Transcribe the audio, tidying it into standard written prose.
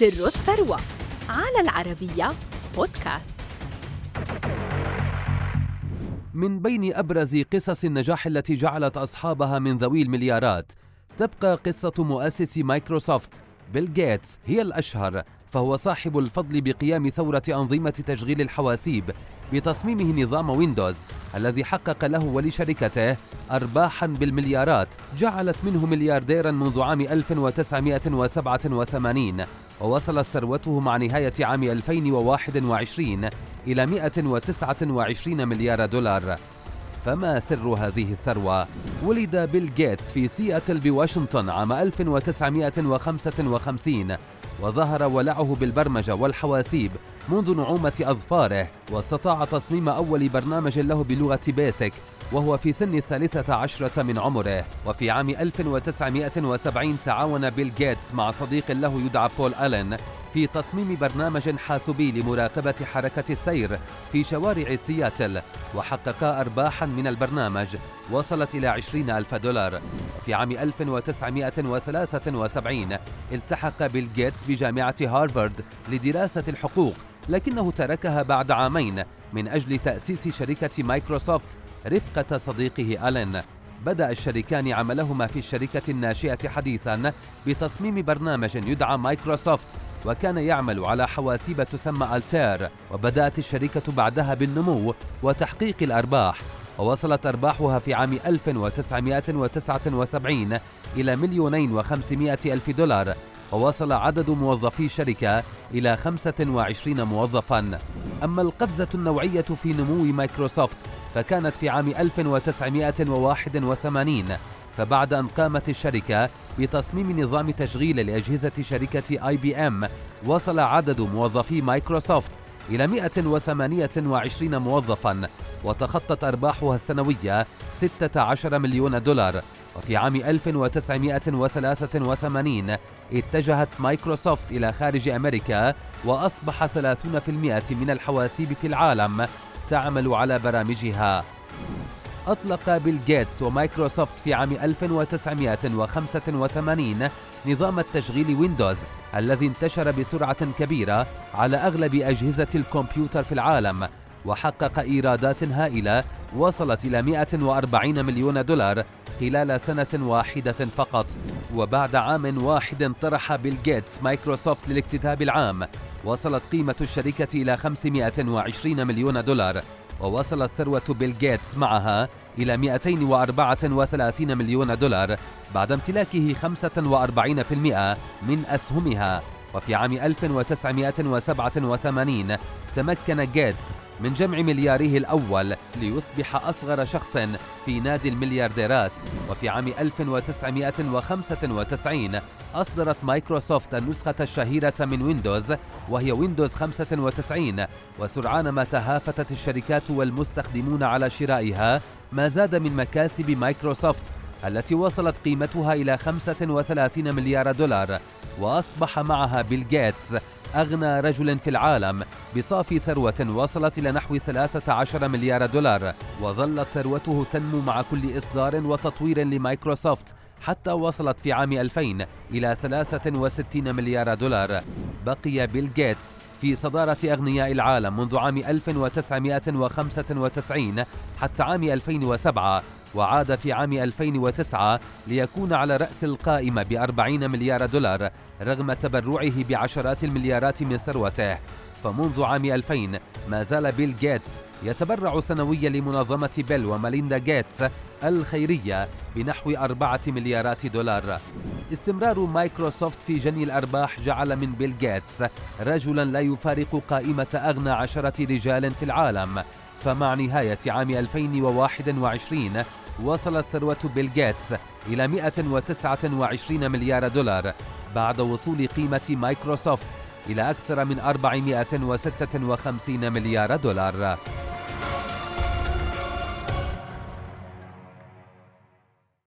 سر الثروة على العربية بودكاست. من بين أبرز قصص النجاح التي جعلت أصحابها من ذوي المليارات، تبقى قصة مؤسس مايكروسوفت بيل غيتس هي الأشهر، فهو صاحب الفضل بقيام ثورة أنظمة تشغيل الحواسيب بتصميمه نظام ويندوز الذي حقق له ولشركته أرباحاً بالمليارات جعلت منه مليارديراً منذ عام 1987، ووصلت ثروته مع نهاية عام 2021 إلى 129 مليار دولار. فما سر هذه الثروة؟ ولد بيل غيتس في سياتل بواشنطن عام 1955، وظهر ولعه بالبرمجة والحواسيب منذ نعومة أظفاره، واستطاع تصميم أول برنامج له بلغة بيسك وهو في سن 13 من عمره. وفي عام 1970 تعاون بيل غيتس مع صديق له يدعى بول ألين في تصميم برنامج حاسوبي لمراقبة حركة السير في شوارع سياتل، وحققا أرباحا من البرنامج وصلت إلى 20,000 دولار. في عام 1973 التحق بيل غيتس بجامعة هارفارد لدراسة الحقوق، لكنه تركها بعد عامين من أجل تأسيس شركة مايكروسوفت رفقة صديقه ألين. بدأ الشريكان عملهما في الشركة الناشئة حديثاً بتصميم برنامج يدعى مايكروسوفت، وكان يعمل على حواسيب تسمى ألتير. وبدأت الشركة بعدها بالنمو وتحقيق الأرباح، ووصلت أرباحها في عام 1979 إلى 2,500,000 دولار، ووصل عدد موظفي الشركة إلى 25 موظفاً. أما القفزة النوعية في نمو مايكروسوفت فكانت في عام 1981، فبعد أن قامت الشركة بتصميم نظام تشغيل لأجهزة شركة IBM، وصل عدد موظفي مايكروسوفت إلى 128 موظفاً، وتخطت أرباحها السنوية 16 مليون دولار. وفي عام 1983 اتجهت مايكروسوفت إلى خارج أمريكا، وأصبح 30% من الحواسيب في العالم تعمل على برامجها. أطلق بيل غيتس ومايكروسوفت في عام 1985 نظام التشغيل ويندوز الذي انتشر بسرعة كبيرة على أغلب أجهزة الكمبيوتر في العالم، وحقق إيرادات هائلة وصلت إلى 140 مليون دولار خلال سنة واحدة فقط. وبعد عام واحد طرح بيل غيتس مايكروسوفت للاكتتاب العام، وصلت قيمة الشركة إلى 520 مليون دولار، ووصلت ثروة بيل غيتس معها إلى 234 مليون دولار بعد امتلاكه 45% من أسهمها. وفي عام 1987 تمكن غيتس من جمع ملياره الأول ليصبح أصغر شخص في نادي المليارديرات. وفي عام 1995 أصدرت مايكروسوفت النسخة الشهيرة من ويندوز وهي ويندوز 95، وسرعان ما تهافتت الشركات والمستخدمون على شرائها، ما زاد من مكاسب مايكروسوفت التي وصلت قيمتها إلى 35 مليار دولار، وأصبح معها بيل غيتس أغنى رجل في العالم بصافي ثروة وصلت إلى نحو 13 مليار دولار. وظلت ثروته تنمو مع كل إصدار وتطوير لمايكروسوفت حتى وصلت في عام 2000 إلى 63 مليار دولار. بقي بيل غيتس في صدارة أغنياء العالم منذ عام 1995 حتى عام 2007، وعاد في عام 2009 ليكون على رأس القائمة ب40 مليار دولار رغم تبرعه بعشرات المليارات من ثروته. فمنذ عام 2000 ما زال بيل غيتس يتبرع سنويا لمنظمة بيل وماليندا غيتس الخيرية بنحو 4 مليارات دولار. استمرار مايكروسوفت في جني الأرباح جعل من بيل غيتس رجلا لا يفارق قائمة أغنى 10 رجال في العالم. فمع نهاية عام 2021 وصلت ثروة بيل غيتس إلى 129 مليار دولار بعد وصول قيمة مايكروسوفت إلى أكثر من 456 مليار دولار.